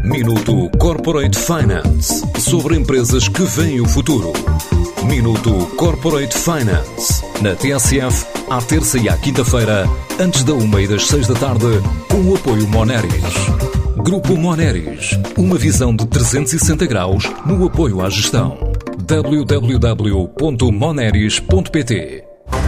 Minuto Corporate Finance, sobre empresas que veem o futuro. Minuto Corporate Finance, na TSF, à terça e à quinta-feira, antes da 1h e das 6 da tarde, com o apoio Moneris. Grupo Moneris, uma visão de 360 graus no apoio à gestão. www.moneris.pt.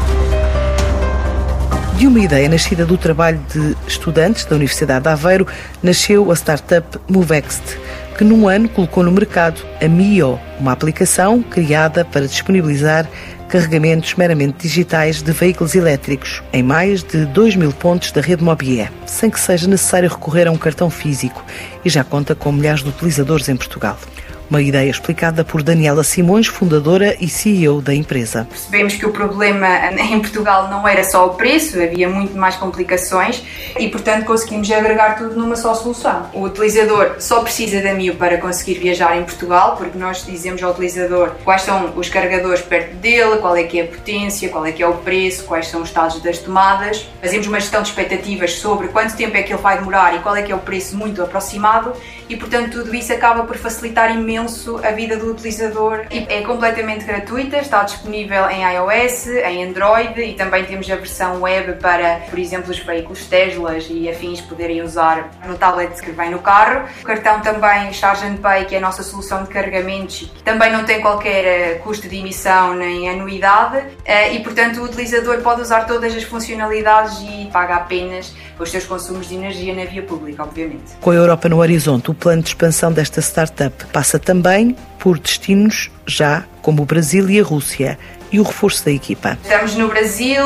De uma ideia nascida do trabalho de estudantes da Universidade de Aveiro, nasceu a startup Movext, que num ano colocou no mercado a Mio, uma aplicação criada para disponibilizar carregamentos meramente digitais de veículos elétricos em mais de 2.000 pontos da rede Mobié, sem que seja necessário recorrer a um cartão físico, e já conta com milhares de utilizadores em Portugal. Uma ideia explicada por Daniela Simões, fundadora e CEO da empresa. Percebemos que o problema em Portugal não era só o preço, havia muito mais complicações e, portanto, conseguimos agregar tudo numa só solução. O utilizador só precisa da Mio para conseguir viajar em Portugal, porque nós dizemos ao utilizador quais são os carregadores perto dele, qual é que é a potência, qual é que é o preço, quais são os estados das tomadas. Fazemos uma gestão de expectativas sobre quanto tempo é que ele vai demorar e qual é que é o preço muito aproximado e, portanto, tudo isso acaba por facilitar imenso a vida do utilizador. É completamente gratuita, está disponível em iOS, em Android e também temos a versão web para, por exemplo, os veículos Teslas e afins poderem usar no tablet que vem no carro. O cartão também Charge and Pay, que é a nossa solução de carregamentos, também não tem qualquer custo de emissão nem anuidade e, portanto, o utilizador pode usar todas as funcionalidades e paga apenas os seus consumos de energia na via pública, obviamente. Com a Europa no horizonte, o plano de expansão desta startup passa também por destinos já como o Brasil e a Rússia e o reforço da equipa. Estamos no Brasil,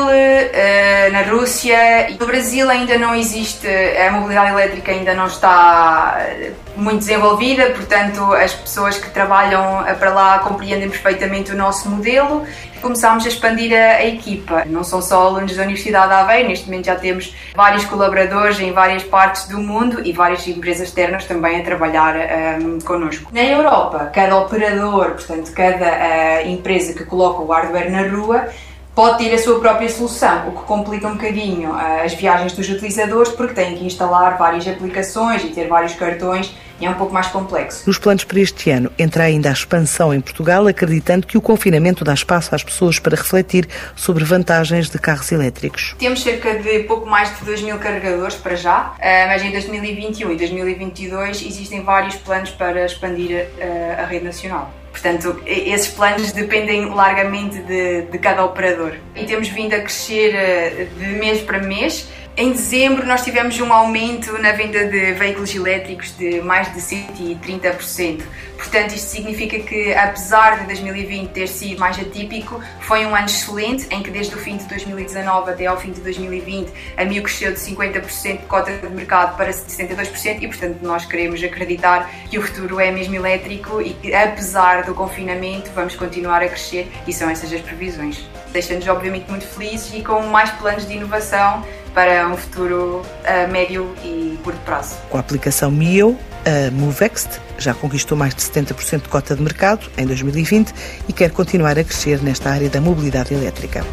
na Rússia. No Brasil ainda não existe, a mobilidade elétrica ainda não está muito desenvolvida, portanto as pessoas que trabalham para lá compreendem perfeitamente o nosso modelo. Começámos a expandir a equipa. Não são só alunos da Universidade de Aveiro, neste momento já temos vários colaboradores em várias partes do mundo e várias empresas externas também a trabalhar connosco. Na Europa, cada operador, portanto cada empresa que coloca o hardware na rua, pode ter a sua própria solução, o que complica um bocadinho as viagens dos utilizadores porque têm que instalar várias aplicações e ter vários cartões e é um pouco mais complexo. Nos planos para este ano entra ainda a expansão em Portugal, acreditando que o confinamento dá espaço às pessoas para refletir sobre vantagens de carros elétricos. Temos cerca de pouco mais de 2.000 carregadores para já, mas em 2021 e 2022 existem vários planos para expandir a rede nacional. Portanto, esses planos dependem largamente de cada operador. E temos vindo a crescer de mês para mês. Em dezembro nós tivemos um aumento na venda de veículos elétricos de mais de 130%. Portanto, isto significa que, apesar de 2020 ter sido mais atípico, foi um ano excelente, em que desde o fim de 2019 até ao fim de 2020 a Mio cresceu de 50% de cota de mercado para 72% e, portanto, nós queremos acreditar que o futuro é mesmo elétrico e que, apesar do confinamento, vamos continuar a crescer e são essas as previsões. Deixa-nos, obviamente, muito felizes e com mais planos de inovação para um futuro a médio e curto prazo. Com a aplicação Mio, a Movext já conquistou mais de 70% de cota de mercado em 2020 e quer continuar a crescer nesta área da mobilidade elétrica.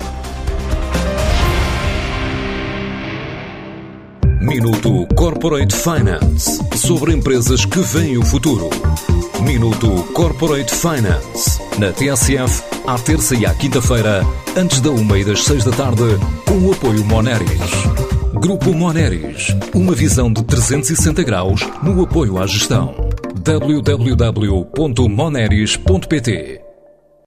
Minuto Corporate Finance, sobre empresas que veem o futuro. Minuto Corporate Finance, na TSF, à terça e à quinta-feira, antes da 1h e das 6 da tarde, com o apoio Moneris. Grupo Moneris, uma visão de 360 graus no apoio à gestão. www.moneris.pt